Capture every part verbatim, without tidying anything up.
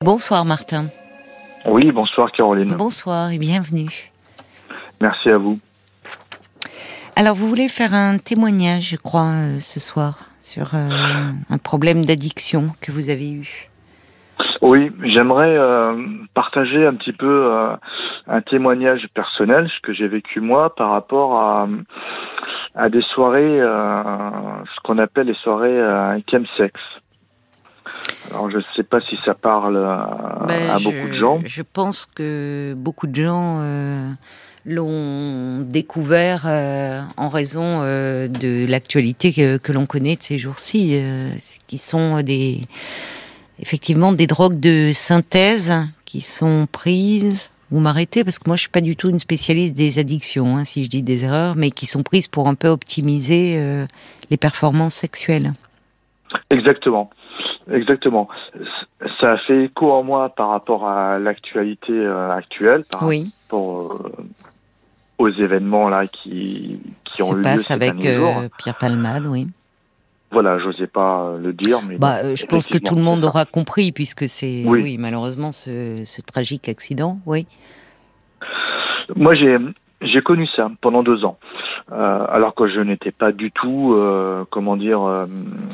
Bonsoir Martin. Oui, bonsoir Caroline. Bonsoir et bienvenue. Merci à vous. Alors vous voulez faire un témoignage, je crois, euh, ce soir, sur euh, un problème d'addiction que vous avez eu. Oui, j'aimerais euh, partager un petit peu euh, un témoignage personnel, ce que j'ai vécu moi par rapport à, à des soirées, euh, ce qu'on appelle les soirées euh, chemsex. Alors je ne sais pas si ça parle à, ben, à je, beaucoup de gens. Je pense que beaucoup de gens euh, l'ont découvert euh, en raison euh, de l'actualité que, que l'on connaît de ces jours-ci, euh, qui sont des, effectivement des drogues de synthèse qui sont prises. Vous m'arrêtez parce que moi je suis pas du tout une spécialiste des addictions, hein, si je dis des erreurs, mais qui sont prises pour un peu optimiser euh, les performances sexuelles. Exactement. Exactement. Ça a fait écho en moi par rapport à l'actualité euh, actuelle, par oui. rapport euh, aux événements là qui qui ont eu lieu ces avec derniers jours. euh, Pierre Palmade, oui. Voilà, j'osais pas le dire, mais bah, bon, je pense que tout le monde aura compris, puisque c'est oui, oui malheureusement ce, ce tragique accident, oui. Moi, j'ai j'ai connu ça pendant deux ans, euh, alors que je n'étais pas du tout, euh, comment dire. Euh,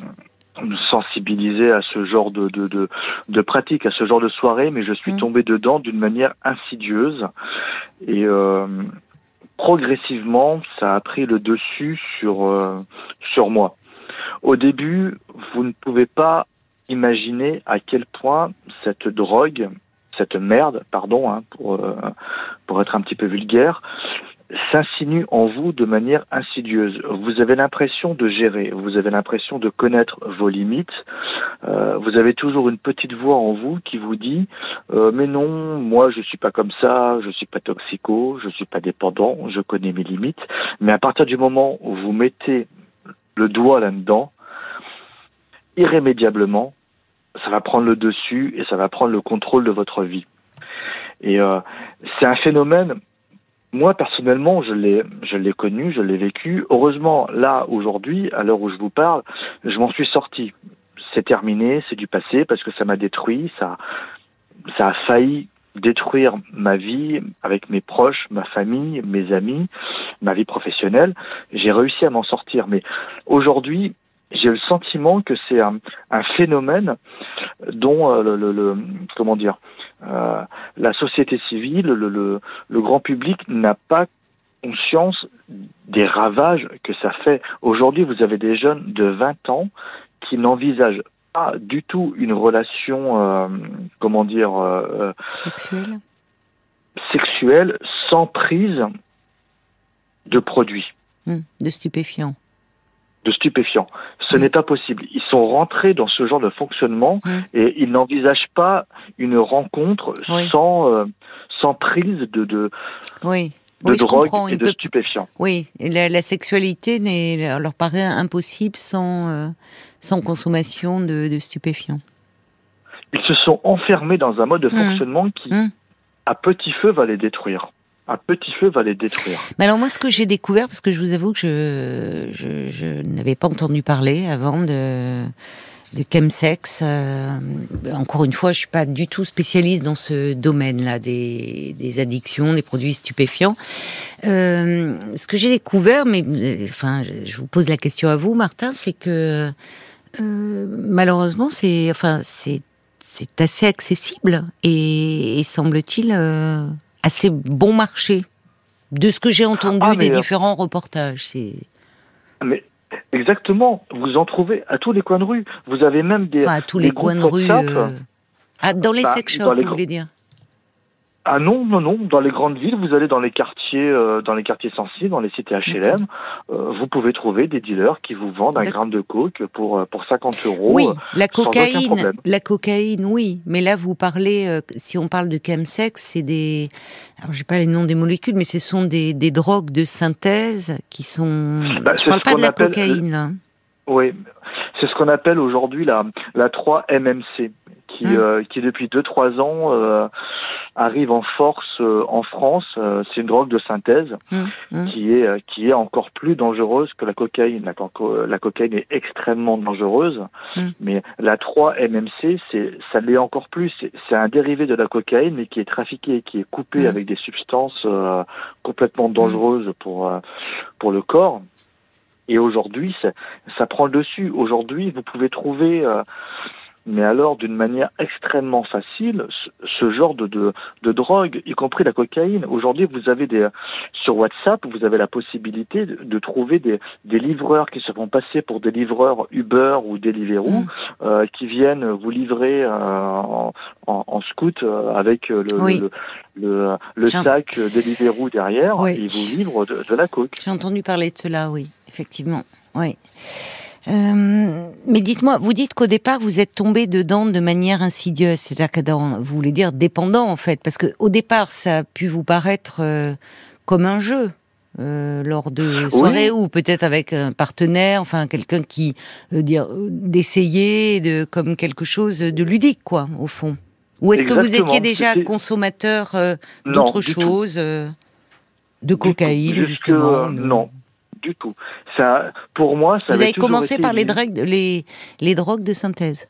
sensibilisé à ce genre de, de, de, de pratique, à ce genre de soirée, mais je suis mmh. tombé dedans d'une manière insidieuse et euh, progressivement, ça a pris le dessus sur, euh, sur moi. Au début, vous ne pouvez pas imaginer à quel point cette drogue, cette merde, pardon, hein, pour, euh, pour être un petit peu vulgaire, s'insinue en vous de manière insidieuse. Vous avez l'impression de gérer, vous avez l'impression de connaître vos limites. Euh, vous avez toujours une petite voix en vous qui vous dit euh, mais non, moi je suis pas comme ça, je suis pas toxico, je suis pas dépendant, je connais mes limites. Mais à partir du moment où vous mettez le doigt là-dedans, irrémédiablement, ça va prendre le dessus et ça va prendre le contrôle de votre vie. Et euh, c'est un phénomène. Moi, personnellement, je l'ai, je l'ai connu, je l'ai vécu. Heureusement, là, aujourd'hui, à l'heure où je vous parle, je m'en suis sorti. C'est terminé, c'est du passé, parce que ça m'a détruit, ça, ça a failli détruire ma vie avec mes proches, ma famille, mes amis, ma vie professionnelle. J'ai réussi à m'en sortir. Mais aujourd'hui, j'ai le sentiment que c'est un, un phénomène dont euh, le, le, le comment dire euh, la société civile, le, le, le grand public n'a pas conscience des ravages que ça fait. Aujourd'hui, vous avez des jeunes de vingt ans qui n'envisagent pas du tout une relation, euh, comment dire, euh, sexuelle, sexuelle sans prise de produits, mmh, de stupéfiants. de stupéfiants. Ce mmh. n'est pas possible. Ils sont rentrés dans ce genre de fonctionnement mmh. et ils n'envisagent pas une rencontre oui. sans, euh, sans prise de, de, oui. de oui, drogue et de peu... stupéfiants. Oui, la, la sexualité n'est, leur paraît impossible sans, euh, sans consommation de, de stupéfiants. Ils se sont enfermés dans un mode de fonctionnement mmh. qui, mmh. à petit feu, va les détruire. Un petit feu va les détruire. Mais alors moi, ce que j'ai découvert, parce que je vous avoue que je, je, je n'avais pas entendu parler avant de, de chemsex. Euh, encore une fois, je suis pas du tout spécialiste dans ce domaine-là des, des addictions, des produits stupéfiants. Euh, ce que j'ai découvert, mais enfin, je vous pose la question à vous, Martin, c'est que euh, malheureusement, c'est, enfin, c'est, c'est assez accessible et, et semble-t-il. Euh, assez bon marché, de ce que j'ai entendu ah, des euh... différents reportages. C'est... Mais exactement, vous en trouvez à tous les coins de rue. Vous avez même des enfin, à tous des les coins de rue. Euh... Ah, dans les bah, sex shops, les... vous voulez dire? Ah non, non, non. Dans les grandes villes, vous allez dans les quartiers, euh, dans les quartiers sensibles, dans les cités H L M, euh, vous pouvez trouver des dealers qui vous vendent un D'accord. gramme de coke pour pour cinquante euros. Oui, euh, la cocaïne, sans aucun problème. La cocaïne, oui. Mais là, vous parlez, euh, si on parle de chemsex, c'est des, alors j'ai pas les noms des molécules, mais ce sont des, des drogues de synthèse qui sont. Bah, Je parle pas de la cocaïne. Là. Oui. C'est ce qu'on appelle aujourd'hui la, la trois M M C, qui, mmh. euh, qui depuis deux trois ans euh, arrive en force euh, en France. Euh, c'est une drogue de synthèse mmh. Mmh. qui est euh, qui est encore plus dangereuse que la cocaïne. La, co- la cocaïne est extrêmement dangereuse, mmh. mais la trois M M C, c'est, ça l'est encore plus. C'est, c'est un dérivé de la cocaïne, mais qui est trafiqué, qui est coupé mmh. avec des substances euh, complètement dangereuses pour euh, pour le corps. Et aujourd'hui, ça, ça prend le dessus. Aujourd'hui, vous pouvez trouver, euh, mais alors d'une manière extrêmement facile, ce, ce genre de, de, de drogue, y compris la cocaïne. Aujourd'hui, vous avez des sur WhatsApp, vous avez la possibilité de, de trouver des, des livreurs qui se font passer pour des livreurs Uber ou Deliveroo, mmh. euh, qui viennent vous livrer euh, en, en, en scoot euh, avec le, oui. le, le, le, le sac Deliveroo derrière, oui. et ils vous livrent de, de la coke. J'ai entendu parler de cela, oui. Effectivement, oui. Euh, mais dites-moi, vous dites qu'au départ vous êtes tombé dedans de manière insidieuse, c'est-à-dire que dans, vous voulez dire dépendant en fait, parce que au départ ça a pu vous paraître euh, comme un jeu euh, lors de soirées oui. ou peut-être avec un partenaire, enfin quelqu'un qui euh, dire d'essayer de comme quelque chose de ludique quoi au fond. Ou est-ce Exactement. que vous étiez déjà C'était... consommateur euh, d'autres choses, euh, de cocaïne Jusque, justement euh, Non. Du tout. Ça, pour moi, ça Vous avez commencé été par les drogues, les, les drogues de synthèse.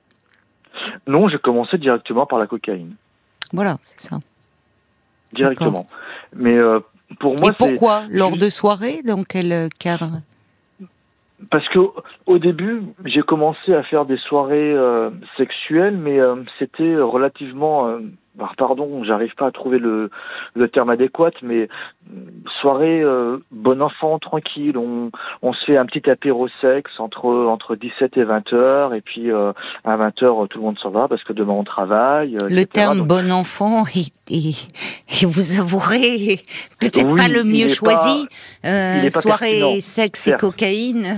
Non, j'ai commencé directement par la cocaïne. Voilà, c'est ça. Directement. D'accord. Mais euh, pour moi, Et pourquoi c'est... Lors de soirées, dans quel cadre? Parce que au début, j'ai commencé à faire des soirées euh, sexuelles, mais euh, c'était relativement, euh, pardon, j'arrive pas à trouver le, le terme adéquat, mais soirée euh, bon enfant, tranquille. On, on se fait un petit apéro sexe entre entre dix-sept et vingt heures, et puis euh, à vingt heures tout le monde s'en va parce que demain on travaille. Le et cetera. Terme Donc, bon enfant, et, et, et vous avouerez peut-être oui, pas le mieux choisi. Pas, euh, soirée sexe certes. Et cocaïne.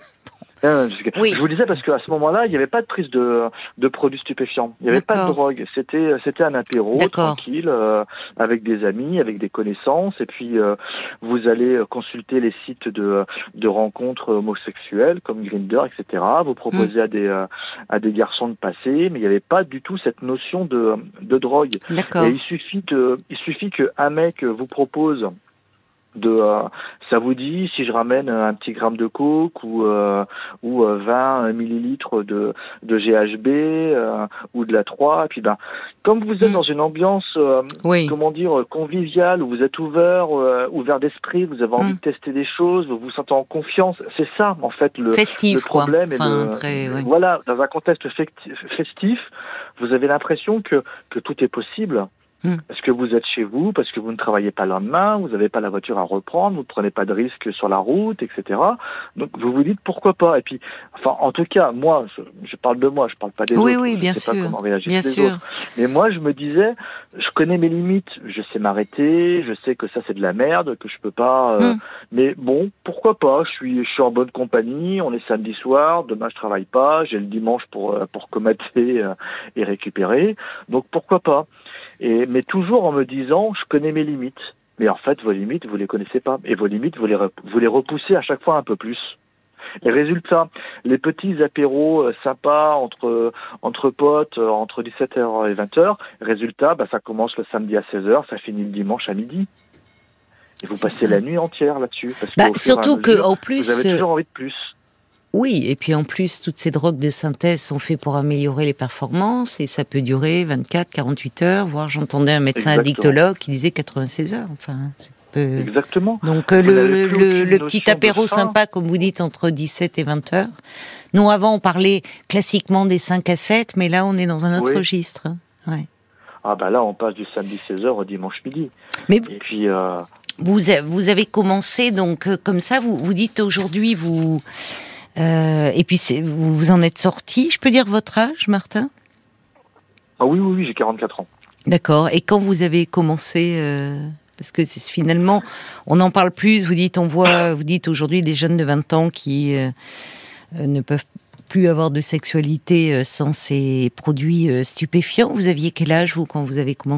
Oui. Je vous disais parce qu'à ce moment-là, il n'y avait pas de prise de, de produits stupéfiants. Il n'y avait D'accord. pas de drogue. C'était, c'était un apéro D'accord. tranquille, euh, avec des amis, avec des connaissances. Et puis, euh, vous allez consulter les sites de, de rencontres homosexuelles comme Grindr, et cetera. Vous proposez mmh. à des, euh, à des garçons de passer, mais il n'y avait pas du tout cette notion de, de drogue. D'accord. Et il suffit de, il suffit qu'un mec vous propose de euh, ça vous dit si je ramène un petit gramme de coke ou euh, ou euh, vingt millilitres de de G H B euh, ou de la trois, et puis ben comme vous êtes mmh. dans une ambiance euh, oui. comment dire conviviale, où vous êtes ouvert euh, ouvert d'esprit, vous avez envie mmh. de tester des choses, vous vous sentez en confiance, c'est ça en fait le, festif, le problème. quoi. Enfin, et le, très, oui. Voilà, dans un contexte festif, vous avez l'impression que que tout est possible. Parce que vous êtes chez vous, parce que vous ne travaillez pas le lendemain, vous n'avez pas la voiture à reprendre, vous ne prenez pas de risques sur la route, et cetera. Donc vous vous dites pourquoi pas. Et puis, enfin, en tout cas, moi, je, je parle de moi, je parle pas des oui, autres. Oui, je bien sais sûr. pas comment réagir bien les sûr. autres. Mais moi, je me disais, je connais mes limites, je sais m'arrêter, je sais que ça c'est de la merde, que je peux pas. Euh, mm. Mais bon, pourquoi pas. Je suis, je suis en bonne compagnie. On est samedi soir, demain je travaille pas, j'ai le dimanche pour pour comater euh, et récupérer. Donc pourquoi pas. Et, mais toujours en me disant, je connais mes limites. Mais en fait, vos limites, vous les connaissez pas. Et vos limites, vous les, vous les repoussez à chaque fois un peu plus. Et résultat, les petits apéros euh, sympas entre entre potes, euh, entre dix-sept heures et vingt heures, résultat, bah, ça commence le samedi à seize heures, ça finit le dimanche à midi. Et vous C'est passez ça. La nuit entière là-dessus. Parce bah, surtout que, en plus, vous avez toujours envie de plus. Oui, et puis en plus, toutes ces drogues de synthèse sont faites pour améliorer les performances, et ça peut durer vingt-quatre, quarante-huit heures, voire j'entendais un médecin Exactement. addictologue qui disait quatre-vingt-seize heures. Enfin, c'est peu... Exactement. Donc vous le, le, le petit apéro sympa, comme vous dites, entre dix-sept et vingt heures. Nous, avant, on parlait classiquement des cinq à sept, mais là, on est dans un autre oui. registre. Ouais. Ah bah là, on passe du samedi seize heures au dimanche midi. Mais... Et puis... Euh... Vous, vous avez commencé, donc, comme ça, vous, vous dites aujourd'hui, vous... Euh, et puis, c'est, vous vous en êtes sorti, je peux dire votre âge, Martin ? Ah oui, oui, oui, j'ai quarante-quatre ans. D'accord. Et quand vous avez commencé, euh, parce que c'est, finalement, on n'en parle plus, vous dites, on voit, vous dites aujourd'hui des jeunes de vingt ans qui euh, euh, ne peuvent plus avoir de sexualité euh, sans ces produits euh, stupéfiants. Vous aviez quel âge, vous, quand vous avez commencé ?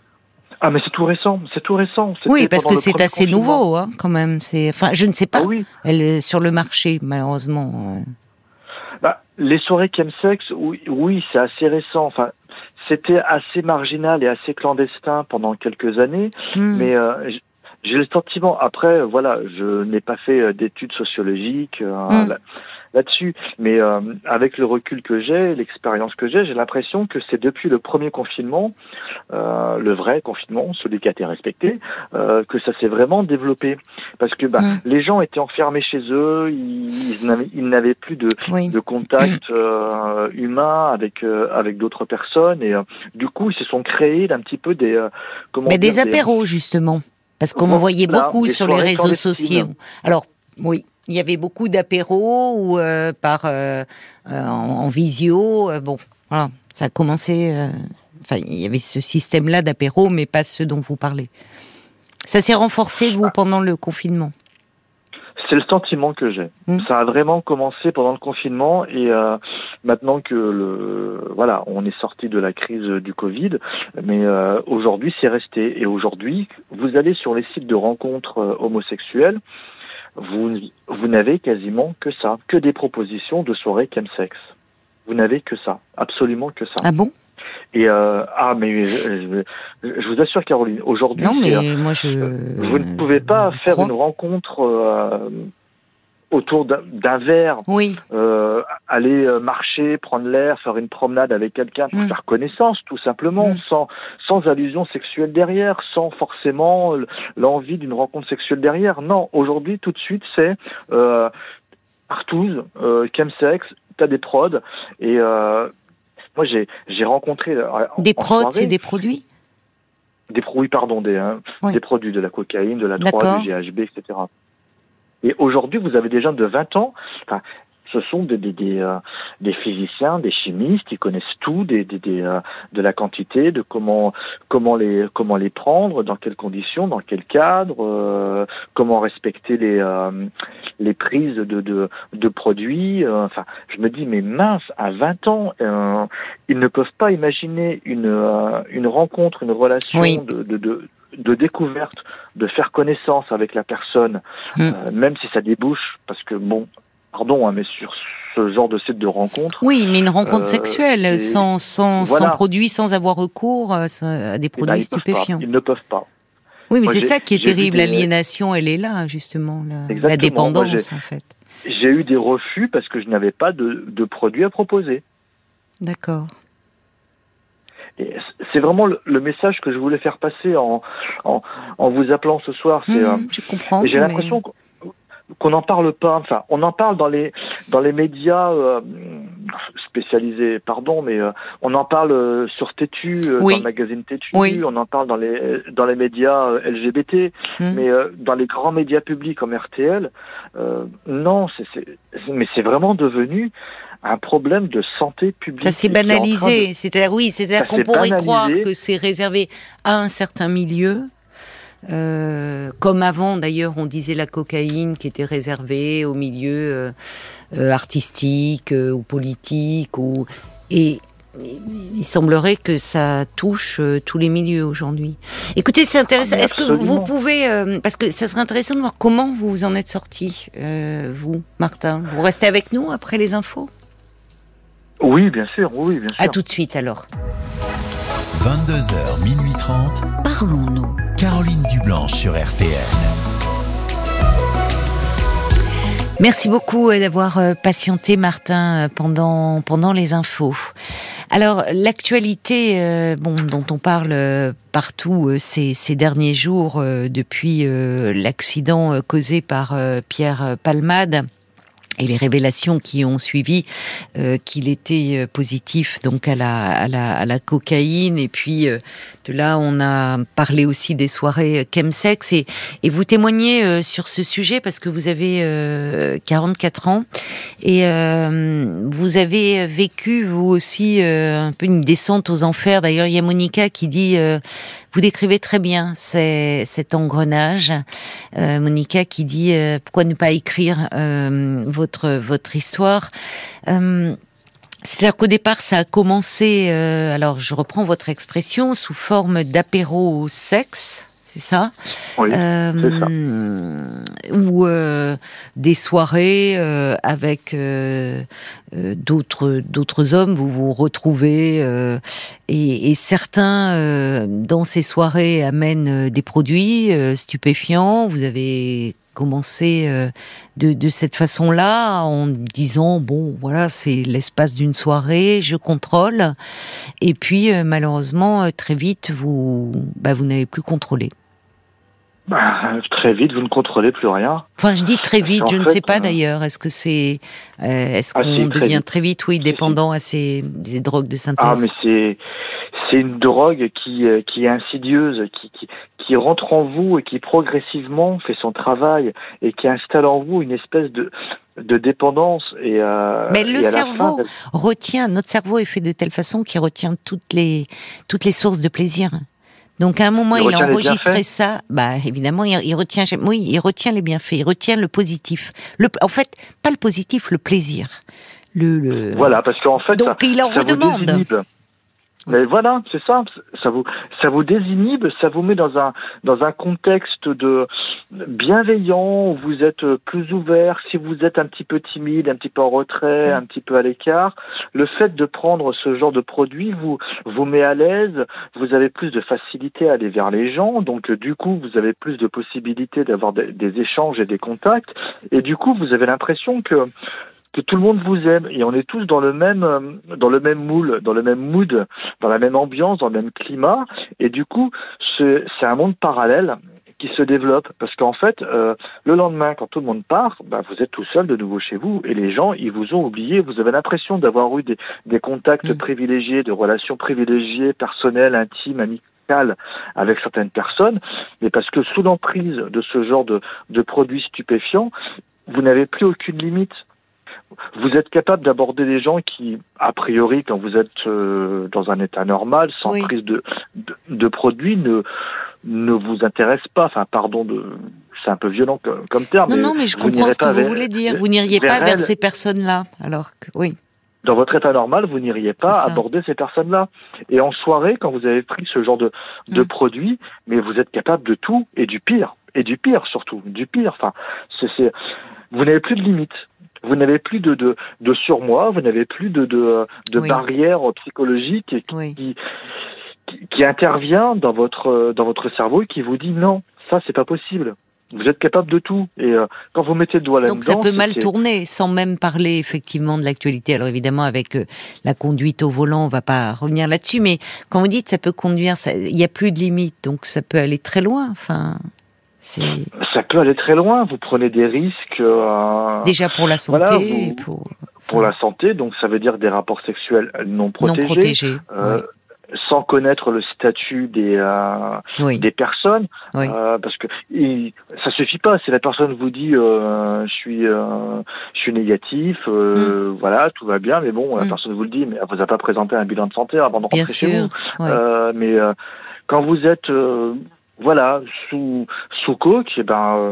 Ah mais c'est tout récent, c'est tout récent. C'était oui, parce que c'est assez nouveau, hein, quand même. C'est, enfin, je ne sais pas. Ah oui. Elle est sur le marché, malheureusement. Bah, les soirées chemsex, oui, oui, c'est assez récent. Enfin, c'était assez marginal et assez clandestin pendant quelques années, mmh. mais euh, j'ai le sentiment. Après, voilà, je n'ai pas fait d'études sociologiques euh, mmh. là, là-dessus, mais euh, avec le recul que j'ai, l'expérience que j'ai, j'ai l'impression que c'est depuis le premier confinement, euh, le vrai confinement, celui qui a été respecté, euh, que ça s'est vraiment développé. Parce que bah, mmh. les gens étaient enfermés chez eux, ils, ils, n'avaient, ils n'avaient plus de, oui. de contact euh, humain avec euh, avec d'autres personnes, et euh, du coup, ils se sont créés un petit peu des euh, comment mais dire, des apéros des... justement, parce qu'on en voyait beaucoup sur les réseaux sociaux. Alors oui. Il y avait beaucoup d'apéros ou euh, par euh, euh, en, en visio. Euh, bon, voilà, ça a commencé. Euh, enfin, il y avait ce système-là d'apéros, mais pas ceux dont vous parlez. Ça s'est renforcé vous pendant le confinement? C'est le sentiment que j'ai. Mmh. Ça a vraiment commencé pendant le confinement et euh, maintenant que le voilà, on est sorti de la crise du Covid, mais euh, aujourd'hui c'est resté. Et aujourd'hui, vous allez sur les sites de rencontres euh, homosexuelles. Vous, vous n'avez quasiment que ça, que des propositions de soirées chemsex. Vous n'avez que ça, absolument que ça. Ah bon? Et euh, ah mais je, je, je vous assure Caroline, aujourd'hui, non mais moi je, vous ne pouvez pas faire crois. une rencontre euh, autour d'un, d'un verre, oui. euh, aller marcher, prendre l'air, faire une promenade avec quelqu'un pour mmh. faire connaissance, tout simplement, mmh. sans sans allusion sexuelle derrière, sans forcément l'envie d'une rencontre sexuelle derrière. Non, aujourd'hui, tout de suite, c'est euh, partouze, euh, chemsex, t'as des prods, et euh, moi j'ai j'ai rencontré euh, des prods, c'est des produits. Des produits, pardon, des hein, oui. des produits de la cocaïne, de la D'accord. trois, du G H B, et cetera. Et aujourd'hui, vous avez des jeunes de vingt ans, enfin, ce sont des, des, des, euh, des physiciens, des chimistes, ils connaissent tout des, des, des, euh, de la quantité, de comment, comment, les, comment les prendre, dans quelles conditions, dans quel cadre, euh, comment respecter les, euh, les prises de, de, de produits. Euh, enfin, je me dis, mais mince, à vingt ans, euh, ils ne peuvent pas imaginer une, euh, une rencontre, une relation oui. de, de, de de découverte, de faire connaissance avec la personne, mmh. euh, même si ça débouche, parce que bon, pardon, hein, mais sur ce genre de site de rencontre... Oui, mais une rencontre euh, sexuelle, sans, sans, voilà. sans produits, sans avoir recours à des produits ben, ils stupéfiants. Ils ne peuvent pas. Oui, mais Moi, c'est j'ai, ça qui est terrible, des... l'aliénation, elle est là, justement, la, la dépendance, Moi, en fait. J'ai eu des refus parce que je n'avais pas de, de produits à proposer. D'accord. Et c'est vraiment le, le message que je voulais faire passer en, en, en vous appelant ce soir. C'est, mmh, euh, je comprends. J'ai mais... l'impression qu'on qu'on n'en parle pas. Enfin, on en parle dans les dans les médias euh, spécialisés, pardon, mais euh, on en parle euh, sur Tétu, euh, oui. dans le magazine Tétu. Oui. On en parle dans les dans les médias euh, L G B T, mmh. mais euh, dans les grands médias publics comme R T L, euh, non. C'est, c'est, mais c'est vraiment devenu un problème de santé publique. Ça s'est banalisé. De... C'est-à-dire, oui, c'est-à-dire ça qu'on pourrait banalisé. croire que c'est réservé à un certain milieu. Euh, comme avant, d'ailleurs, on disait la cocaïne qui était réservée au milieu euh, euh, artistique euh, ou politique. Ou... Et il semblerait que ça touche euh, tous les milieux aujourd'hui. Écoutez, c'est intéressant. Ah, Est-ce que vous pouvez... Euh, parce que ça serait intéressant de voir comment vous vous en êtes sorti, euh, vous, Martin. Vous restez avec nous après les infos ? Oui, bien sûr, oui, bien sûr. À tout de suite, alors. vingt-deux heures, minuit trente. Parlons-nous. Caroline Dublanche sur R T L. Merci beaucoup d'avoir patienté, Martin, pendant, pendant les infos. Alors, l'actualité euh, bon, dont on parle euh, partout euh, ces, ces derniers jours, euh, depuis euh, l'accident euh, causé par euh, Pierre Palmade, et les révélations qui ont suivi euh, qu'il était positif donc à la à la à la cocaïne, et puis euh, de là on a parlé aussi des soirées chemsex, et et vous témoignez euh, sur ce sujet parce que vous avez euh, quarante-quatre ans et euh, vous avez vécu vous aussi euh, un peu une descente aux enfers. D'ailleurs, il y a Monica qui dit euh, vous décrivez très bien ces, cet engrenage. Euh, Monica qui dit euh, pourquoi ne pas écrire euh, votre votre histoire. Euh, c'est-à-dire qu'au départ, ça a commencé. Euh, alors, je reprends votre expression sous forme d'apéro sexe. c'est ça? Oui, euh, c'est ça. Ou euh, des soirées euh, avec euh, euh, d'autres d'autres hommes, vous vous retrouvez euh, et, et certains euh, dans ces soirées amènent des produits euh, stupéfiants. Vous avez commencé euh, de, de cette façon-là, en disant bon, voilà, c'est l'espace d'une soirée, je contrôle. Et puis euh, malheureusement, euh, très vite, vous, bah, vous n'avez plus contrôlé. Bah, très vite, vous ne contrôlez plus rien. Enfin, je dis très vite, Parce je qu'en ne fait, sais pas euh, d'ailleurs. Est-ce que c'est, euh, est-ce ah, qu'on si, très devient vite. très vite, oui, Si, dépendant à ces des drogues de Ah, synthèse? mais c'est c'est une drogue qui euh, qui est insidieuse, qui, qui qui rentre en vous et qui progressivement fait son travail et qui installe en vous une espèce de de dépendance et euh, Mais le et à la fin, cerveau retient, notre cerveau est fait de telle façon qu'il retient toutes les toutes les sources de plaisir. Donc à un moment, il il a retient les enregistré bienfaits. ça. Bah évidemment, il, il retient. Oui, il retient les bienfaits. Il retient le positif. Le, en fait, pas le positif, le plaisir. Le, le... Voilà, parce qu'en fait, Donc ça, il en ça vous redemande. désinhibe. Mais voilà, c'est ça. Ça vous, ça vous désinhibe, ça vous met dans un, dans un contexte de bienveillant où vous êtes plus ouvert. Si vous êtes un petit peu timide, un petit peu en retrait, un petit peu à l'écart, le fait de prendre ce genre de produit vous, vous met à l'aise. Vous avez plus de facilité à aller vers les gens. Donc, du coup, vous avez plus de possibilités d'avoir des, des échanges et des contacts. Et du coup, vous avez l'impression que que tout le monde vous aime et on est tous dans le même euh, dans le même moule, dans le même mood, dans la même ambiance, dans le même climat et du coup c'est, c'est un monde parallèle qui se développe parce qu'en fait euh, le lendemain quand tout le monde part, bah, vous êtes tout seul de nouveau chez vous et les gens ils vous ont oublié, vous avez l'impression d'avoir eu des, des contacts mmh. privilégiés, de relations privilégiées, personnelles, intimes, amicales avec certaines personnes, mais parce que sous l'emprise de ce genre de, de produits stupéfiants, vous n'avez plus aucune limite. Vous êtes capable d'aborder des gens qui, a priori, quand vous êtes euh, dans un état normal, sans oui. prise de, de, de produits, ne, ne vous intéressent pas. Enfin, pardon, de, c'est un peu violent comme, comme terme. Non, mais non, mais je vous comprends ce que pas vous vers, voulez dire. Vous n'iriez vers pas vers elles, ces personnes-là, alors que, oui. Dans votre état normal, vous n'iriez pas aborder ces personnes-là. Et en soirée, quand vous avez pris ce genre de, de mmh. produits, mais vous êtes capable de tout et du pire. Et du pire, surtout. Du pire. Enfin, c'est, c'est... vous n'avez plus de limites. Vous n'avez plus de, de, de surmoi, vous n'avez plus de, de, de oui. barrière psychologique qui, oui. qui, qui, qui intervient dans votre, dans votre cerveau et qui vous dit non, ça c'est pas possible. Vous êtes capable de tout. Et euh, quand vous mettez le doigt là-dedans... Donc ça peut c'est, mal c'est... tourner, sans même parler effectivement de l'actualité. Alors évidemment, avec euh, la conduite au volant, on va pas revenir là-dessus, mais quand vous dites ça peut conduire, il n'y a plus de limite, donc ça peut aller très loin. Enfin... C'est... Ça peut aller très loin. Vous prenez des risques. Euh, Déjà pour la santé. Voilà, vous, pour... pour la santé, donc ça veut dire des rapports sexuels non protégés. Non protégés. Euh, oui. Sans connaître le statut des euh, oui. des personnes, oui. euh, parce que il, ça suffit pas. Si la personne vous dit euh, je suis euh, je suis négatif, euh, mm. voilà, tout va bien, mais bon, la mm. personne vous le dit, mais elle vous a pas présenté un bilan de santé avant de rentrer bien chez sûr. vous. Oui. Euh, mais euh, quand vous êtes euh, voilà, sous sous coke, eh ben,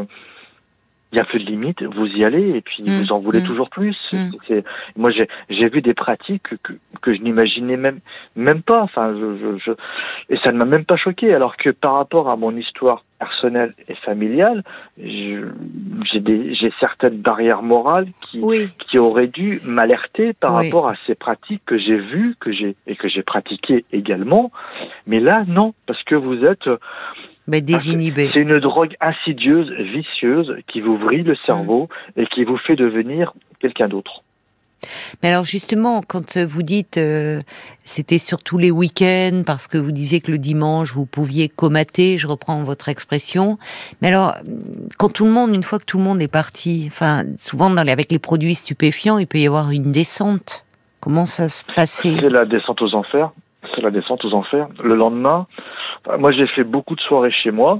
il euh, y a plus de limite. Vous y allez et puis mmh, vous en voulez mmh, toujours plus. Mmh. C'est, moi, j'ai j'ai vu des pratiques que que je n'imaginais même même pas. Enfin, je, je, je et ça ne m'a même pas choqué. Alors que par rapport à mon histoire personnelle et familiale, je, j'ai des j'ai certaines barrières morales qui oui. qui auraient dû m'alerter par oui. rapport à ces pratiques que j'ai vues, que j'ai et que j'ai pratiquées également. Mais là, non, parce que vous êtes Mais désinhibé. C'est une drogue insidieuse, vicieuse, qui vous vrille le cerveau mmh. et qui vous fait devenir quelqu'un d'autre. Mais alors justement, quand vous dites euh, c'était surtout les week-ends, parce que vous disiez que le dimanche vous pouviez comater, je reprends votre expression. Mais alors, quand tout le monde, une fois que tout le monde est parti, enfin souvent dans les, avec les produits stupéfiants, il peut y avoir une descente. Comment ça se passait ? C'est la descente aux enfers. C'est la descente aux enfers. Le lendemain, moi j'ai fait beaucoup de soirées chez moi,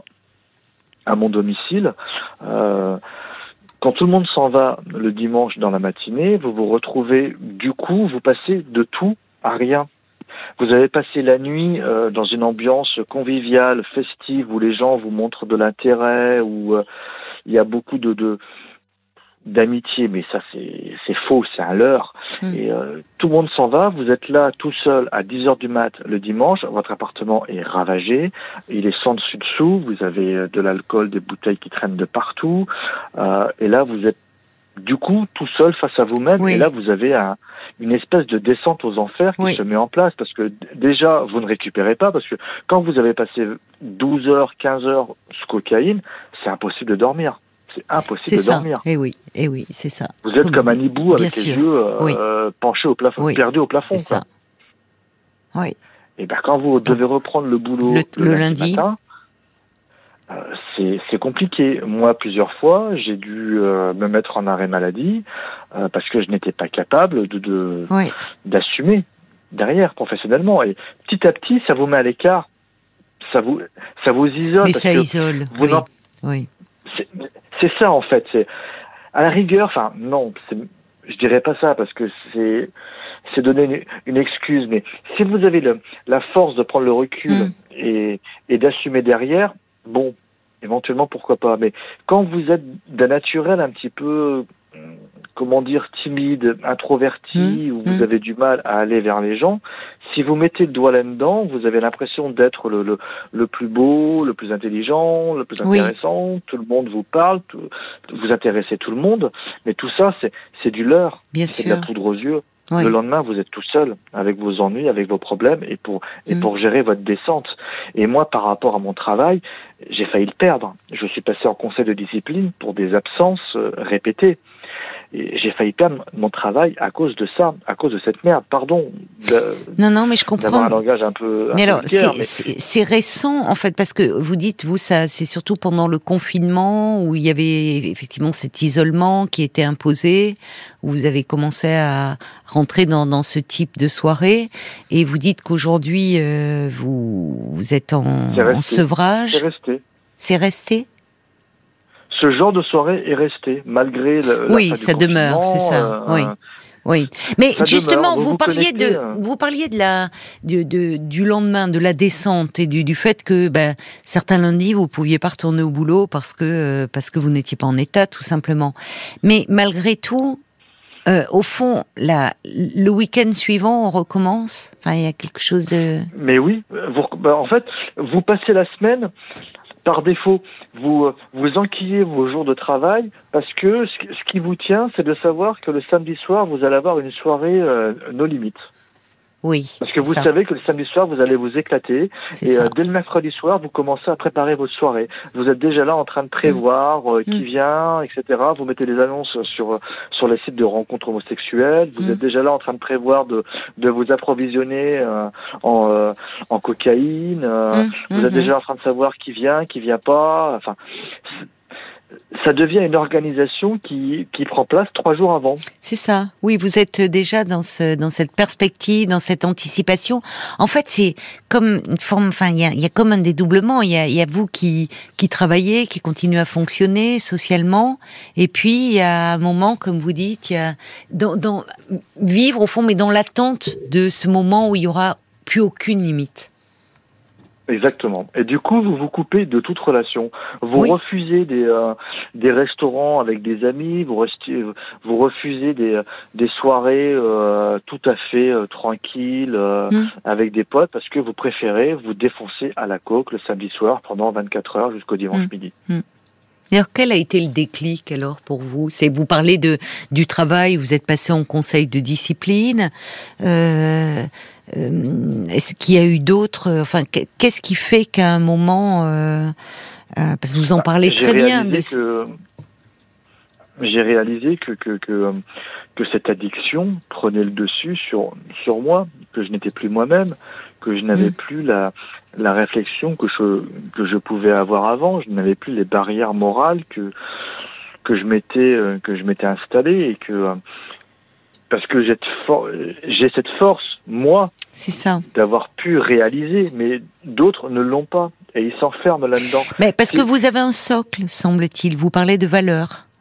à mon domicile. Euh, quand tout le monde s'en va le dimanche dans la matinée, vous vous retrouvez, du coup, vous passez de tout à rien. Vous avez passé la nuit euh, dans une ambiance conviviale, festive, où les gens vous montrent de l'intérêt, où euh, il y a beaucoup de... de d'amitié, mais ça c'est c'est faux, c'est un leurre. Mmh. Et euh, tout le monde s'en va, vous êtes là tout seul à dix heures du mat le dimanche, votre appartement est ravagé, il est sans dessus dessous, vous avez de l'alcool, des bouteilles qui traînent de partout, euh, et là vous êtes du coup tout seul face à vous-même, Oui. et là vous avez un, une espèce de descente aux enfers qui Oui. se met en place, parce que d- déjà vous ne récupérez pas, parce que quand vous avez passé douze heures, quinze heures sous cocaïne, c'est impossible de dormir. C'est impossible C'est de ça. dormir. Et oui, et oui, c'est ça. Vous êtes comme un hibou avec Bien les sûr. yeux euh, Oui. penchés au plafond, Oui. perdus au plafond. C'est quoi. ça. Oui. Et ben quand vous devez reprendre le boulot Le- le, le lundi, lundi. matin, euh, c'est c'est compliqué. Moi, plusieurs fois, j'ai dû euh, me mettre en arrêt maladie euh, parce que je n'étais pas capable de de- Oui. d'assumer derrière professionnellement. Et petit à petit, ça vous met à l'écart, ça vous ça vous isole. Mais parce ça que isole. vous Oui. en- Oui. c'est c'est ça en fait. C'est à la rigueur. Enfin non, c'est, je dirais pas ça parce que c'est c'est donner une, une excuse. Mais si vous avez le, la force de prendre le recul Mm. et et d'assumer derrière, bon, éventuellement pourquoi pas. Mais quand vous êtes d'un naturel un petit peu, euh, comment dire, timide, introverti, Mm. où vous Mm. avez du mal à aller vers les gens, si vous mettez le doigt là-dedans, vous avez l'impression d'être le, le, le plus beau, le plus intelligent, le plus Oui. intéressant, tout le monde vous parle, tout, vous intéressez tout le monde, mais tout ça, c'est, c'est du leurre, Bien c'est de la sûr. poudre aux yeux. Oui. Le lendemain, vous êtes tout seul, avec vos ennuis, avec vos problèmes, et pour, et Mm. pour gérer votre descente. Et moi, par rapport à mon travail, j'ai failli le perdre. Je suis passé en conseil de discipline pour des absences euh, répétées. Et j'ai failli perdre mon travail à cause de ça, à cause de cette merde. Pardon de, Non, non, mais je d'avoir un comprends. langage un peu, un Mais peu alors, vulgaire, c'est, mais c'est, c'est récent, en fait, parce que vous dites, vous, ça, c'est surtout pendant le confinement où il y avait effectivement cet isolement qui était imposé, où vous avez commencé à rentrer dans, dans ce type de soirée, et vous dites qu'aujourd'hui, euh, vous, vous êtes en, C'est resté. en sevrage. c'est resté. C'est resté? Ce genre de soirée est resté, malgré le, Oui, la fin ça du demeure, c'est ça. confinement, Oui. euh, Oui, mais Ça justement, demeure, vous vous, vous parliez connectez, de, euh. vous parliez de la, de, de- du lendemain, de la descente et du, du fait que, ben, certains lundis vous pouviez pas retourner au boulot parce que, euh, parce que vous n'étiez pas en état, tout simplement. Mais malgré tout, euh, au fond, la, le week-end suivant, on recommence. Enfin, il y a quelque chose de. Mais oui, vous, bah, en fait, vous passez la semaine par défaut. Vous vous enquillez vos jours de travail parce que ce, ce qui vous tient, c'est de savoir que le samedi soir, vous allez avoir une soirée euh, no limites. Oui. Parce que c'est vous ça, savez que le samedi soir, vous allez vous éclater. c'est Et ça. euh, dès le mercredi soir, vous commencez à préparer votre soirée. Vous êtes déjà là en train de prévoir euh, qui Mm. vient, et cetera. Vous mettez des annonces sur sur les sites de rencontres homosexuelles. Vous Mm. êtes déjà là en train de prévoir de de vous approvisionner euh, en euh, en cocaïne. euh, Mm. Vous êtes Mhm. déjà en train de savoir qui vient, qui vient pas. Enfin, ça devient une organisation qui qui prend place trois jours avant. C'est ça. Oui, vous êtes déjà dans ce, dans cette perspective, dans cette anticipation. En fait, c'est comme une forme. Enfin, il y a, il y a comme un dédoublement. Il y a, il y a vous qui qui travaillez, qui continuez à fonctionner socialement, et puis il y a un moment, comme vous dites, il y a dans, dans vivre au fond, mais dans l'attente de ce moment où il y aura plus aucune limite. Exactement. Et du coup, vous vous coupez de toute relation. Vous Oui. refusez des euh, des restaurants avec des amis. Vous restez, vous refusez des des soirées euh, tout à fait euh, tranquilles euh, Mm. avec des potes parce que vous préférez vous défoncer à la coke le samedi soir pendant vingt-quatre heures jusqu'au dimanche Mm. midi. Alors, quel a été le déclic alors pour vous? C'est vous parlez de du travail, vous êtes passé en conseil de discipline. Euh, euh, est-ce qu'il y a eu d'autres? Enfin, qu'est-ce qui fait qu'à un moment, euh, euh, parce que vous en parlez J'ai très bien de. réalisé que j'ai réalisé que que que que cette addiction prenait le dessus sur sur moi, que je n'étais plus moi-même, que je n'avais Mm. plus la la réflexion que je que je pouvais avoir avant, je n'avais plus les barrières morales que que je m'étais euh, que je m'étais installé et que euh, parce que j'ai for- j'ai cette force moi C'est ça. d'avoir pu réaliser, mais d'autres ne l'ont pas et ils s'enferment là-dedans. Mais parce que C'est- vous avez un socle, semble-t-il. Vous parlez de valeurs.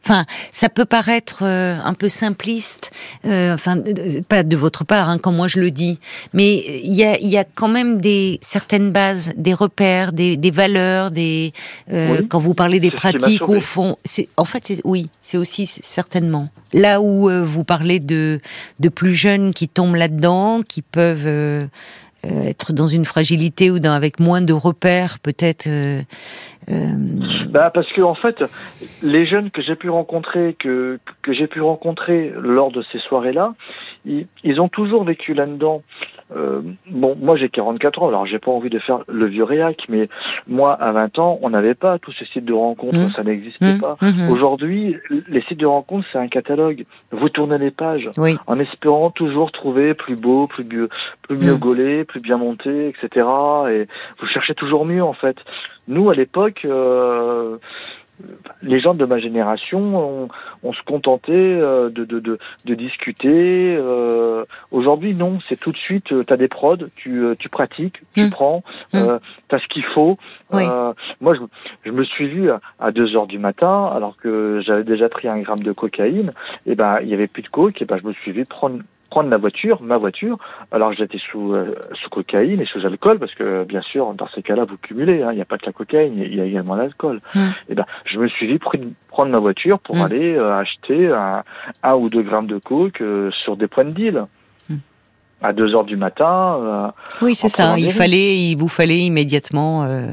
Enfin, ça peut paraître euh, un peu simpliste, euh, enfin, euh, pas de votre part, hein, quand moi je le dis, mais il y a, il y a quand même des certaines bases, des repères, des, des valeurs, des. Euh, Oui. quand vous parlez des C'est ce qui m'a pratiques, sauvé. au fond, c'est en fait, c'est, oui, c'est aussi c'est certainement là où euh, vous parlez de de plus jeunes qui tombent là-dedans, qui peuvent euh, euh, être dans une fragilité ou dans avec moins de repères, peut-être. Euh, euh, Bah parce que en fait, les jeunes que j'ai pu rencontrer, que que j'ai pu rencontrer lors de ces soirées-là, ils, ils ont toujours vécu là-dedans. Euh, bon, moi j'ai quarante-quatre ans, alors j'ai pas envie de faire le vieux réac, mais moi à vingt ans, on n'avait pas tous ces sites de rencontres, Mmh. ça n'existait Mmh. pas. Mmh. Aujourd'hui, les sites de rencontres, c'est un catalogue. Vous tournez les pages oui. en espérant toujours trouver plus beau, plus mieux, plus mieux Mmh. gaulé, plus bien monté, et cetera. Et vous cherchez toujours mieux en fait. Nous, à l'époque, euh, les gens de ma génération, on, on se contentait euh, de, de, de, de discuter. Euh, aujourd'hui, non, c'est tout de suite, tu as des prods, tu, euh, tu pratiques, tu Mmh. prends, Mmh. euh, tu as ce qu'il faut. Oui. Euh, moi, je, je me suis vu à, à deux heures du matin, alors que j'avais déjà pris un gramme de cocaïne, et ben il y avait plus de coke, et ben je me suis vu prendre prendre la voiture, ma voiture, alors que j'étais sous euh, sous cocaïne et sous alcool, parce que bien sûr dans ces cas-là vous cumulez, hein, il n'y a pas que la cocaïne, il y a également l'alcool. Mmh. Et ben je me suis dit pr- prendre ma voiture pour Mmh. aller euh, acheter un, un ou deux grammes de coke euh, sur des points de deal. Mmh. À deux heures du matin. Euh, Oui, c'est en ça. prenant Il des fallait, il vous fallait immédiatement euh,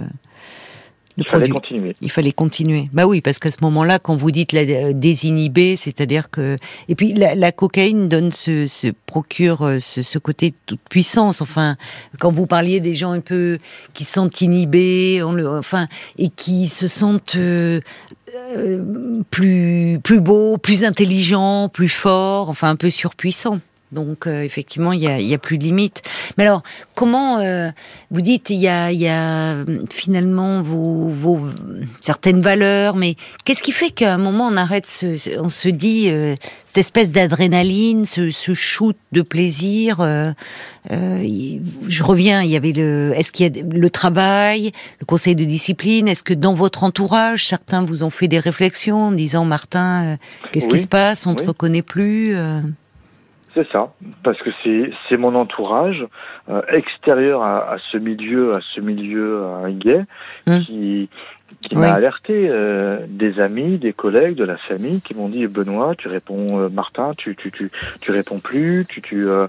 le il fallait produit. continuer. Il fallait continuer. Bah oui, parce qu'à ce moment-là, quand vous dites la euh, désinhibé, c'est-à-dire que et puis la, la cocaïne donne ce, ce procure euh, ce, ce côté de toute puissance. Enfin, quand vous parliez des gens un peu qui se sentent inhibés, on le, enfin, et qui se sentent euh, euh, plus plus beaux, plus intelligents, plus forts, enfin un peu surpuissants. Donc euh, effectivement, il y a, il y a plus de limites. Mais alors, comment euh, vous dites il y a, il y a finalement vos, vos certaines valeurs, mais qu'est-ce qui fait qu'à un moment on arrête, ce, on se dit euh, cette espèce d'adrénaline, ce, ce shoot de plaisir. Euh, euh, je reviens, il y avait le, est-ce qu'il y a le travail, le conseil de discipline, est-ce que dans votre entourage certains vous ont fait des réflexions en disant Martin, euh, qu'est-ce Oui. qui se passe, on ne Oui. te reconnaît plus. Euh... C'est ça, parce que c'est c'est mon entourage euh, extérieur à, à ce milieu, à ce milieu euh, gay, Mmh. qui qui Oui. m'a alerté, euh, des amis, des collègues, de la famille, qui m'ont dit Benoît, tu réponds, euh, Martin, tu tu tu tu réponds plus, tu tu euh,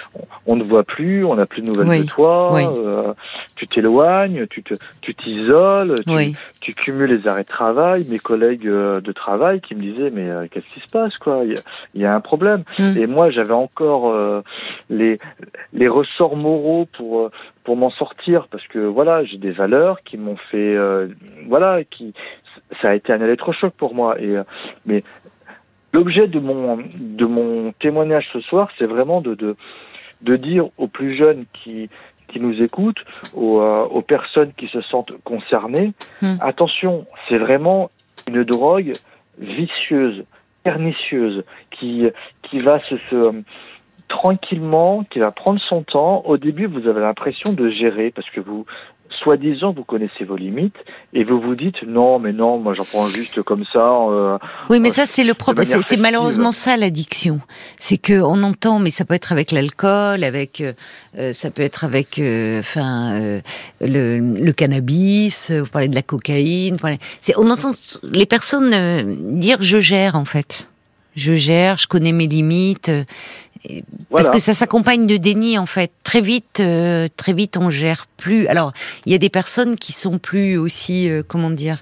on ne voit plus, on n'a plus de nouvelles Oui. de toi, Oui. euh, tu t'éloignes, tu te tu t'isoles, tu, Oui. tu cumules les arrêts de travail. Mes collègues euh, de travail qui me disaient mais euh, qu'est-ce qui se passe quoi, il y a, il y a un problème. Mmh. Et moi j'avais encore euh, les les ressorts moraux pour euh, pour m'en sortir, parce que voilà, j'ai des valeurs qui m'ont fait euh, voilà, qui ça a été un électrochoc pour moi. Et euh, mais l'objet de mon de mon témoignage ce soir, c'est vraiment de de de dire aux plus jeunes qui qui nous écoutent, aux, euh, aux personnes qui se sentent concernées, Mmh. attention, c'est vraiment une drogue vicieuse, pernicieuse, qui qui va se, se tranquillement, qui va prendre son temps. Au début, vous avez l'impression de gérer, parce que vous, soi-disant, vous connaissez vos limites, et vous vous dites, non, mais non, moi j'en prends juste comme ça. Euh, Oui, mais euh, ça c'est le problème. manière C'est, c'est festive. malheureusement ça l'addiction. C'est que on entend, mais ça peut être avec l'alcool, avec, euh, ça peut être avec, euh, enfin, euh, le, le cannabis. Vous parlez de la cocaïne. Vous parlez- c'est, on entend les personnes euh, dire je gère en fait. Je gère, je connais mes limites. euh, et- Parce Voilà. que ça s'accompagne de déni en fait. Très vite, euh, très vite, on gère plus. Alors, il y a des personnes qui sont plus aussi, euh, comment dire.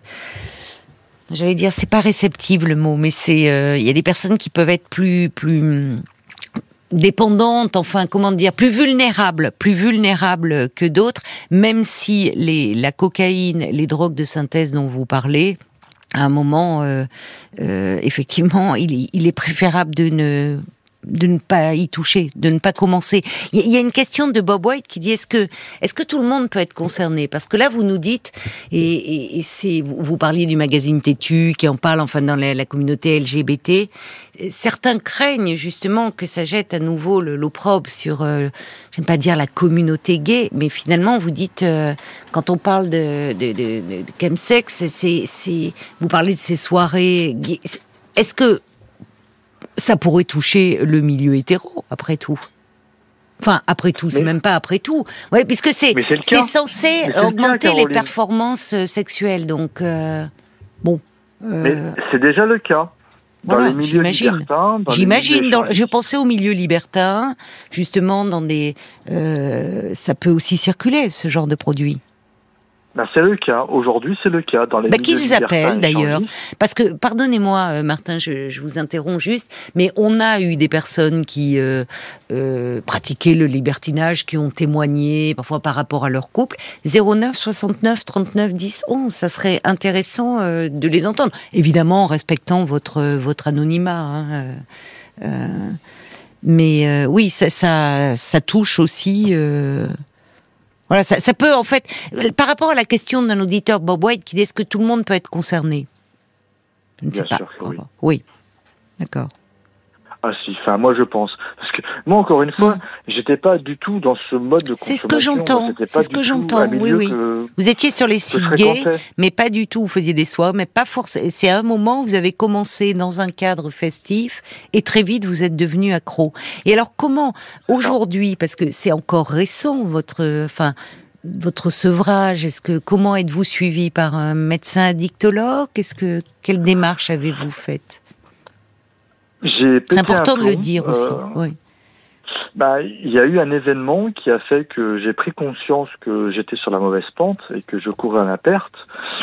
J'allais dire, c'est pas réceptive le mot, mais c'est, euh, il y a des personnes qui peuvent être plus, plus hum, dépendantes, enfin, comment dire, plus vulnérables, plus vulnérables que d'autres, même si les, la cocaïne, les drogues de synthèse dont vous parlez, à un moment, euh, euh, effectivement, il, il est préférable de ne de ne pas y toucher, de ne pas commencer. Il y a une question de Bob White qui dit est-ce que est-ce que tout le monde peut être concerné? Parce que là vous nous dites et, et, et c'est vous, vous parliez du magazine Têtu qui en parle enfin dans la, la communauté L G B T. Certains craignent justement que ça jette à nouveau le, l'opprobre sur, euh, j'aime pas dire la communauté gay, mais finalement vous dites euh, quand on parle de de, de, de, de chemsex, c'est c'est vous parlez de ces soirées gays. est-ce que ça pourrait toucher le milieu hétéro, après tout ? Enfin, après tout, c'est mais, même pas après tout. Ouais, puisque c'est, c'est, c'est censé c'est augmenter cas, les performances sexuelles. Donc, euh, bon. Euh, mais c'est déjà le cas. Dans voilà, les milieux j'imagine. libertins. Dans j'imagine. Les dans, je pensais au milieu libertin, justement, dans des. Euh, ça peut aussi circuler, ce genre de produit. Ben c'est le cas. Aujourd'hui, c'est le cas dans les ben, milieux qui les appelle d'ailleurs ? échangistes. Parce que, pardonnez-moi, euh, Martin, je, je vous interromps juste, mais on a eu des personnes qui euh, euh, pratiquaient le libertinage, qui ont témoigné parfois par rapport à leur couple. zéro neuf soixante-neuf trente-neuf dix onze, ça serait intéressant euh, de les entendre. Évidemment, en respectant votre votre anonymat. Hein, euh, euh, mais euh, oui, ça, ça ça touche aussi. Euh, Voilà, ça, ça peut en fait, par rapport à la question d'un auditeur Bob White qui dit est-ce que tout le monde peut être concerné ? Je ne sais Bien pas. Sûr que oui. oui, d'accord. Ah si, enfin moi je pense, parce que moi encore une fois, mmh. j'étais pas du tout dans ce mode de consommation. C'est ce que j'entends. C'est ce que j'entends. Oui, oui. Que, vous étiez sur les sites gays, mais pas du tout. Vous faisiez des soirées, mais pas forcément. C'est à un moment où vous avez commencé dans un cadre festif et très vite vous êtes devenu accro. Et alors comment aujourd'hui, parce que c'est encore récent votre, enfin. Votre sevrage, est-ce que comment êtes-vous suivi par un médecin addictologue ? Est-ce que quelle démarche avez-vous faite ? J'ai C'est important plomb, de le dire aussi. Euh, oui. Bah, il y a eu un événement qui a fait que j'ai pris conscience que j'étais sur la mauvaise pente et que je courais à la perte.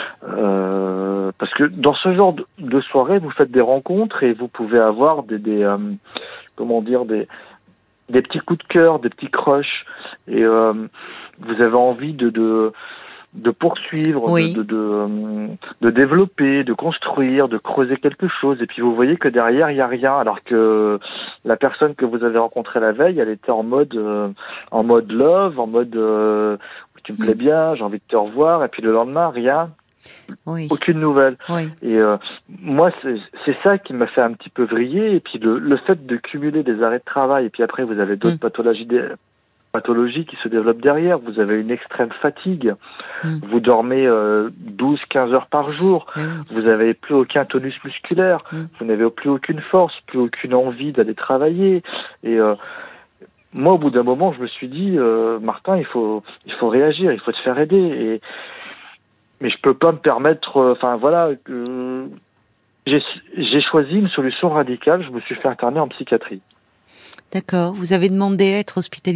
Euh, parce que dans ce genre de, de soirée, vous faites des rencontres et vous pouvez avoir des, des euh, comment dire, des des petits coups de cœur, des petits crushs, et euh, vous avez envie de de, de poursuivre, oui. de, de, de, de développer, de construire, de creuser quelque chose, et puis vous voyez que derrière il y a rien, alors que la personne que vous avez rencontrée la veille, elle était en mode euh, en mode love, en mode euh, tu me plais bien, j'ai envie de te revoir, et puis le lendemain rien. Oui. Aucune nouvelle. Oui. Et euh, moi, c'est, c'est ça qui m'a fait un petit peu vriller. Et puis le, le fait de cumuler des arrêts de travail, et puis après vous avez d'autres mm. pathologies, pathologies qui se développent derrière. Vous avez une extrême fatigue. Mm. Vous dormez euh, douze à quinze heures par jour. Mm. Vous n'avez plus aucun tonus musculaire. Mm. Vous n'avez plus aucune force, plus aucune envie d'aller travailler. Et euh, moi, au bout d'un moment, je me suis dit, euh, Martin, il faut, il faut réagir, il faut te faire aider. Et mais je peux pas me permettre, enfin euh, voilà, euh, j'ai, j'ai choisi une solution radicale, je me suis fait interner en psychiatrie. D'accord, vous avez demandé à être hospitalisé ?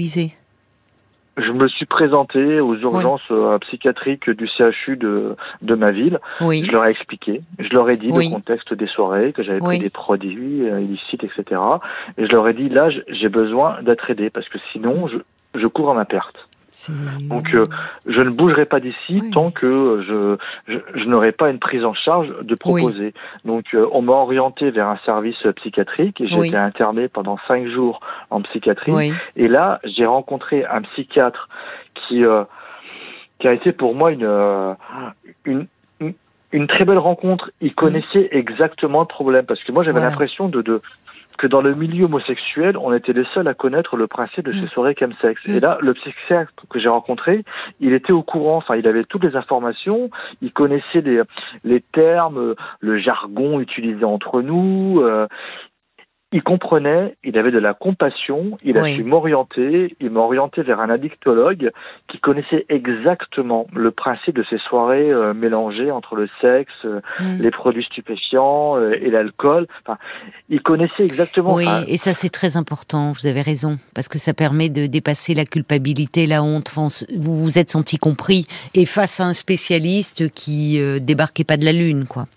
Je me suis présenté aux urgences oui. euh, psychiatriques du C H U de, de ma ville, oui. je leur ai expliqué, je leur ai dit oui. le contexte des soirées, que j'avais oui. pris des produits euh, illicites, et cetera. Et je leur ai dit, là, j'ai besoin d'être aidé, parce que sinon, je, je cours à ma perte. C'est... Donc, euh, je ne bougerai pas d'ici oui. tant que je, je, je n'aurai pas une prise en charge de proposer. Oui. Donc, euh, on m'a orienté vers un service psychiatrique et j'ai oui. été interné pendant cinq jours en psychiatrie. Oui. Et là, j'ai rencontré un psychiatre qui, euh, qui a été pour moi une, euh, une, une, une très belle rencontre. Il connaissait oui. exactement le problème parce que moi, j'avais voilà. l'impression de, de que dans le milieu homosexuel, on était les seuls à connaître le principe de ces soirées chemsex. Mmh. Et là, le psychiatre que j'ai rencontré, il était au courant, enfin, il avait toutes les informations, il connaissait les, les termes, le jargon utilisé entre nous, euh, il comprenait, il avait de la compassion, il a oui. su m'orienter, il m'a orienté vers un addictologue qui connaissait exactement le principe de ces soirées euh, mélangées entre le sexe, euh, mmh. les produits stupéfiants euh, et l'alcool. Enfin, il connaissait exactement. Oui, enfin, et ça c'est très important, vous avez raison, parce que ça permet de dépasser la culpabilité, la honte. Enfin, vous vous êtes senti compris, et face à un spécialiste qui euh, débarquait pas de la lune, quoi.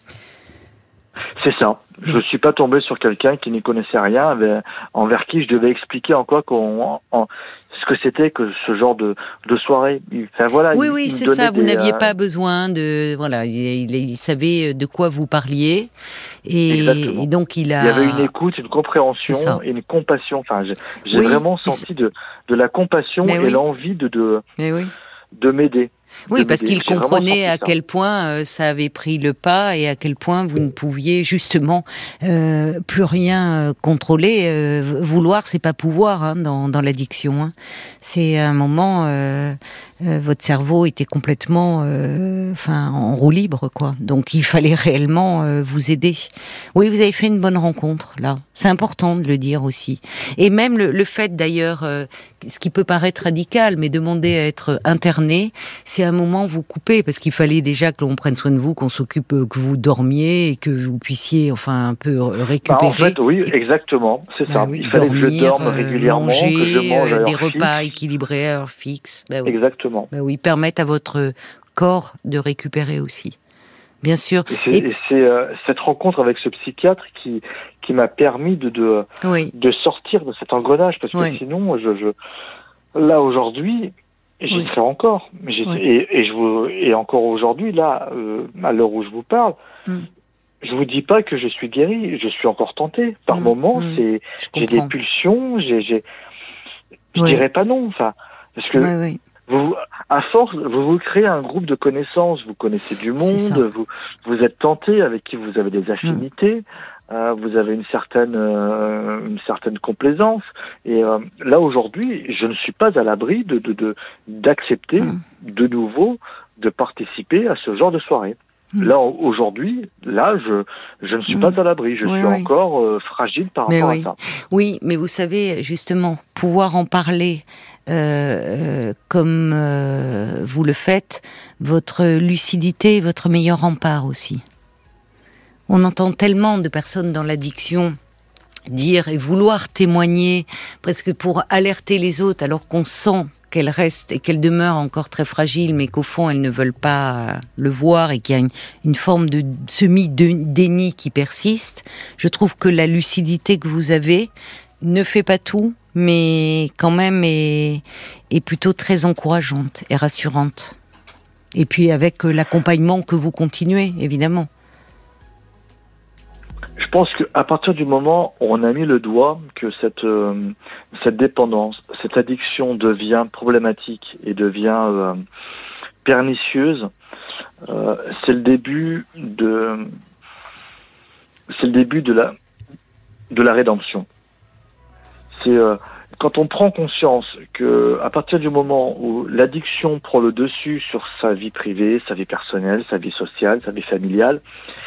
C'est ça. Je ne suis pas tombé sur quelqu'un qui n'y connaissait rien, mais envers qui je devais expliquer en quoi qu'on, en, ce que c'était que ce genre de, de soirée. Enfin, voilà, oui, il, oui, il c'est ça. Vous des, n'aviez euh... pas besoin de, voilà, il, il, il savait de quoi vous parliez, et, et donc il a. Il y avait une écoute, une compréhension et une compassion. Enfin, j'ai, j'ai oui, vraiment senti de, de la compassion mais et oui. l'envie de, de, mais oui. de m'aider. Oui, parce qu'il J'ai comprenait à ça. quel point euh, ça avait pris le pas et à quel point vous ne pouviez justement euh, plus rien euh, contrôler. Euh, vouloir, c'est pas pouvoir hein, dans, dans l'addiction. Hein. C'est un moment, euh, euh, votre cerveau était complètement, euh, enfin, en roue libre, quoi. Donc il fallait réellement euh, vous aider. Oui, vous avez fait une bonne rencontre là. C'est important de le dire aussi. Et même le, le fait d'ailleurs, euh, ce qui peut paraître radical, mais demander à être interné, c'est un moment vous coupez parce qu'il fallait déjà que l'on prenne soin de vous, qu'on s'occupe, que vous dormiez et que vous puissiez enfin un peu récupérer. Bah, en fait, oui, exactement, c'est bah ça. oui, Il fallait dormir, que je dorme régulièrement, manger, que je mange à euh, heure des repas fixe. équilibrés à heure fixe. Bah oui. Exactement. Bah oui, permettre à votre corps de récupérer aussi. Bien sûr. Et c'est, Et... et c'est euh, cette rencontre avec ce psychiatre qui qui m'a permis de de, oui. de sortir de cet engrenage parce que oui. sinon, je, je là aujourd'hui. J'y oui. serai encore, j'y oui. et, et je vous, et encore aujourd'hui là, euh, à l'heure où je vous parle, mm. je vous dis pas que je suis guéri, je suis encore tenté. Par mm. moments, mm. c'est, j'ai des pulsions, j'ai, j'ai, je oui. dirais pas non, enfin, parce que oui, oui. vous, à force, vous vous créez un groupe de connaissances, vous connaissez du monde, vous, vous êtes tenté avec qui vous avez des affinités. Mm. Euh, vous avez une certaine euh, une certaine complaisance et euh, là aujourd'hui je ne suis pas à l'abri de, de, de d'accepter mmh. de nouveau de participer à ce genre de soirée. Mmh. Là aujourd'hui, là je je ne suis mmh. pas à l'abri, je oui, suis oui. encore euh, fragile par mais rapport oui. à ça. Oui, mais vous savez justement pouvoir en parler euh, euh, comme euh, vous le faites, votre lucidité est votre meilleur rempart aussi. On entend tellement de personnes dans l'addiction dire et vouloir témoigner presque pour alerter les autres alors qu'on sent qu'elles restent et qu'elles demeurent encore très fragiles mais qu'au fond elles ne veulent pas le voir et qu'il y a une, une forme de semi-déni qui persiste. Je trouve que la lucidité que vous avez ne fait pas tout mais quand même est, est plutôt très encourageante et rassurante. Et puis avec l'accompagnement que vous continuez évidemment. Je pense qu'à partir du moment où on a mis le doigt que cette euh, cette dépendance, cette addiction devient problématique et devient euh, pernicieuse, euh, c'est le début de c'est le début de la de la rédemption. C'est euh, quand on prend conscience que à partir du moment où l'addiction prend le dessus sur sa vie privée, sa vie personnelle, sa vie sociale, sa vie familiale,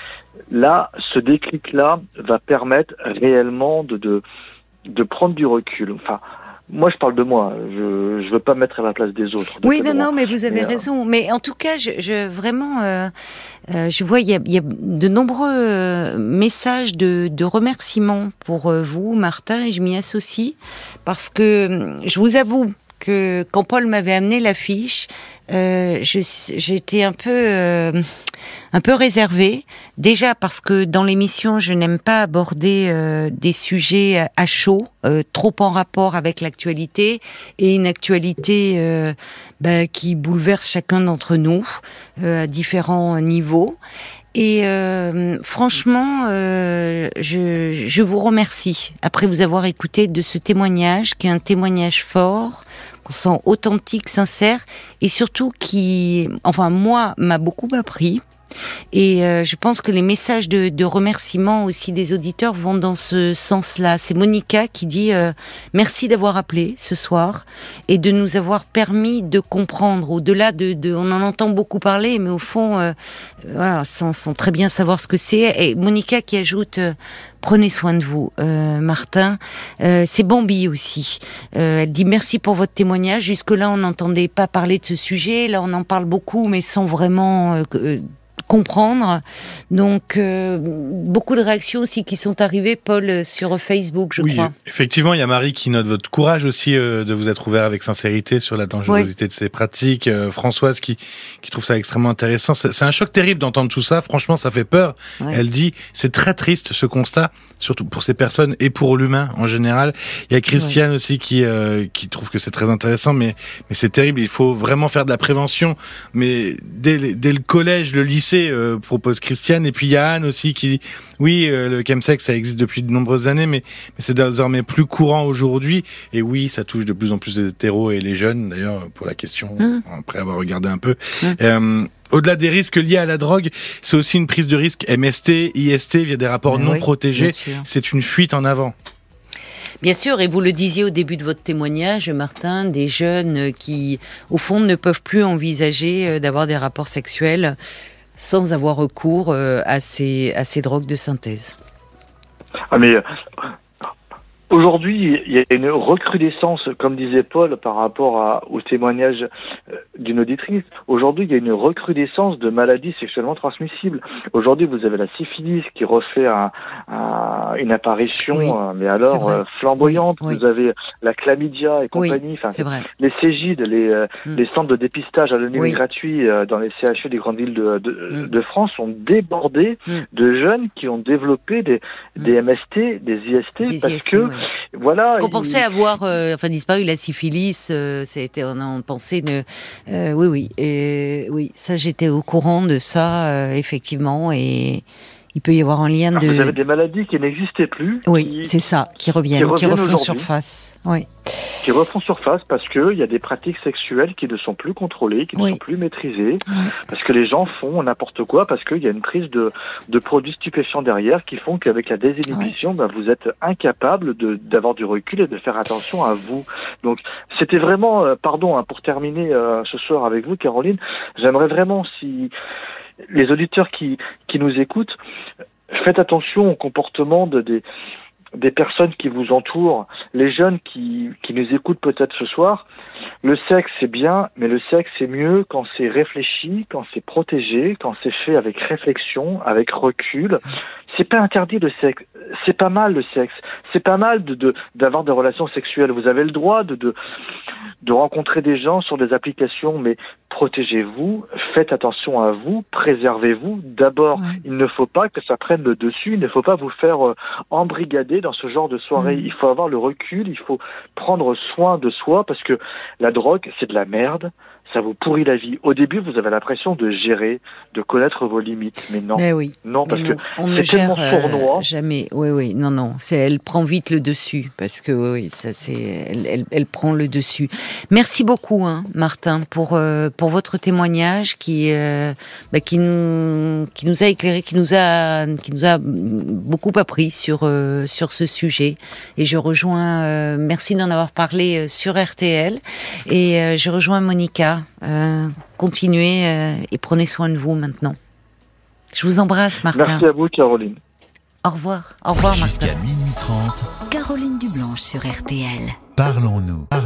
là, ce déclic-là va permettre réellement de, de, de prendre du recul. Enfin, moi, je parle de moi. Je je veux pas mettre à la place des autres. Oui, non, non, mais vous avez mais, raison. Euh... Mais en tout cas, je, je vraiment, euh, euh, je vois, il y a, y a de nombreux messages de, de remerciements pour vous, Martin, et je m'y associe parce que je vous avoue que quand Paul m'avait amené l'affiche, euh, je, j'étais un peu, euh, un peu réservée. Déjà parce que dans l'émission, je n'aime pas aborder euh, des sujets à chaud, euh, trop en rapport avec l'actualité et une actualité euh, bah, qui bouleverse chacun d'entre nous euh, à différents niveaux. Et euh, franchement, euh, je, je vous remercie, après vous avoir écouté, de ce témoignage, qui est un témoignage fort, qu'on sent authentique, sincère, et surtout qui, enfin moi, m'a beaucoup appris. Et euh, je pense que les messages de, de remerciement aussi des auditeurs vont dans ce sens-là. C'est Monica qui dit euh, merci d'avoir appelé ce soir et de nous avoir permis de comprendre. Au-delà de, de on en entend beaucoup parler, mais au fond, euh, voilà, sans, sans très bien savoir ce que c'est. Et Monica qui ajoute euh, prenez soin de vous, euh, Martin. Euh, c'est Bambi aussi. Euh, elle dit merci pour votre témoignage. Jusque-là, on n'entendait pas parler de ce sujet. Là, on en parle beaucoup, mais sans vraiment euh, euh, comprendre. Donc, euh, beaucoup de réactions aussi qui sont arrivées, Paul, sur Facebook, je oui, crois. Oui, effectivement, il y a Marie qui note votre courage aussi euh, de vous être ouvert avec sincérité sur la dangerosité oui. de ces pratiques. Euh, Françoise qui qui trouve ça extrêmement intéressant. C'est, c'est un choc terrible d'entendre tout ça. Franchement, ça fait peur. Oui. Elle dit, c'est très triste ce constat, surtout pour ces personnes et pour l'humain en général. Il y a Christiane oui. aussi qui euh, qui trouve que c'est très intéressant, mais mais c'est terrible. Il faut vraiment faire de la prévention, mais dès dès le collège, le lycée. éviter, euh, propose Christiane. Et puis il y a Anne aussi qui dit, oui, euh, le chemsex, ça existe depuis de nombreuses années, mais, mais c'est désormais plus courant aujourd'hui. Et oui, ça touche de plus en plus les hétéros et les jeunes, d'ailleurs, pour la question, mmh. après avoir regardé un peu. Mmh. Euh, Au-delà des risques liés à la drogue, c'est aussi une prise de risque M S T, I S T via des rapports mais non oui, protégés. C'est une fuite en avant. Bien sûr, et vous le disiez au début de votre témoignage, Martin, des jeunes qui, au fond, ne peuvent plus envisager d'avoir des rapports sexuels sans avoir recours à ces, à ces drogues de synthèse. Ah mais... Aujourd'hui, il y a une recrudescence, comme disait Paul, par rapport à, au témoignage d'une auditrice. Aujourd'hui, il y a une recrudescence de maladies sexuellement transmissibles. Aujourd'hui, vous avez la syphilis qui refait un, un, une apparition, oui, mais alors euh, flamboyante. Oui, oui. Vous avez la chlamydia et compagnie. Oui, enfin, les Cégides, les, euh, mm. les centres de dépistage anonyme oui. et gratuit euh, dans les C H U des grandes villes de, de, mm. de France sont débordés mm. de jeunes qui ont développé des, mm. des M S T, des I S T, des parce I S T, que oui. Voilà, on il... pensait avoir euh, enfin disparu la syphilis, euh, c'était on, on pensait ne euh, oui oui et oui ça j'étais au courant de ça euh, effectivement et il peut y avoir un lien Alors de vous avez des maladies qui n'existaient plus. Oui, qui... c'est ça, qui reviennent, qui, qui refont surface. Oui. Qui refont surface parce que il y a des pratiques sexuelles qui ne sont plus contrôlées, qui oui. ne sont plus maîtrisées, oui. parce que les gens font n'importe quoi, parce qu'il y a une prise de, de produits stupéfiants derrière qui font qu'avec la désinhibition, oui. ben, vous êtes incapable de, d'avoir du recul et de faire attention à vous. Donc c'était vraiment, euh, pardon, hein, pour terminer euh, ce soir avec vous, Caroline, j'aimerais vraiment si les auditeurs qui, qui nous écoutent, faites attention au comportement de, des, des personnes qui vous entourent, les jeunes qui, qui nous écoutent peut-être ce soir. Le sexe, c'est bien, mais le sexe, c'est mieux quand c'est réfléchi, quand c'est protégé, quand c'est fait avec réflexion, avec recul. C'est pas interdit le sexe, c'est pas mal le sexe, c'est pas mal de, de d'avoir des relations sexuelles. Vous avez le droit de, de de rencontrer des gens sur des applications, mais protégez-vous, faites attention à vous, préservez-vous. D'abord, ouais. il ne faut pas que ça prenne le dessus, il ne faut pas vous faire euh, embrigader dans ce genre de soirée. Mmh. Il faut avoir le recul, il faut prendre soin de soi, parce que la drogue, c'est de la merde. Ça vous pourrit la vie. Au début, vous avez l'impression de gérer, de connaître vos limites, mais non, mais oui. non, parce mais que on c'est tellement gère, sournois. Euh, jamais, oui, oui, non, non, c'est, elle prend vite le dessus, parce que oui, ça, c'est, elle, elle, elle prend le dessus. Merci beaucoup, hein, Martin, pour euh, pour votre témoignage qui euh, bah, qui nous qui nous a éclairé, qui nous a qui nous a beaucoup appris sur euh, sur ce sujet. Et je rejoins, euh, merci d'en avoir parlé sur R T L, et euh, je rejoins Monica. Euh, continuez euh, et prenez soin de vous maintenant. Je vous embrasse, Martin. Merci à vous, Caroline. Au revoir. Au revoir, Martin. Jusqu'à minuit trente. Caroline Dublanche sur R T L. Parlons-nous.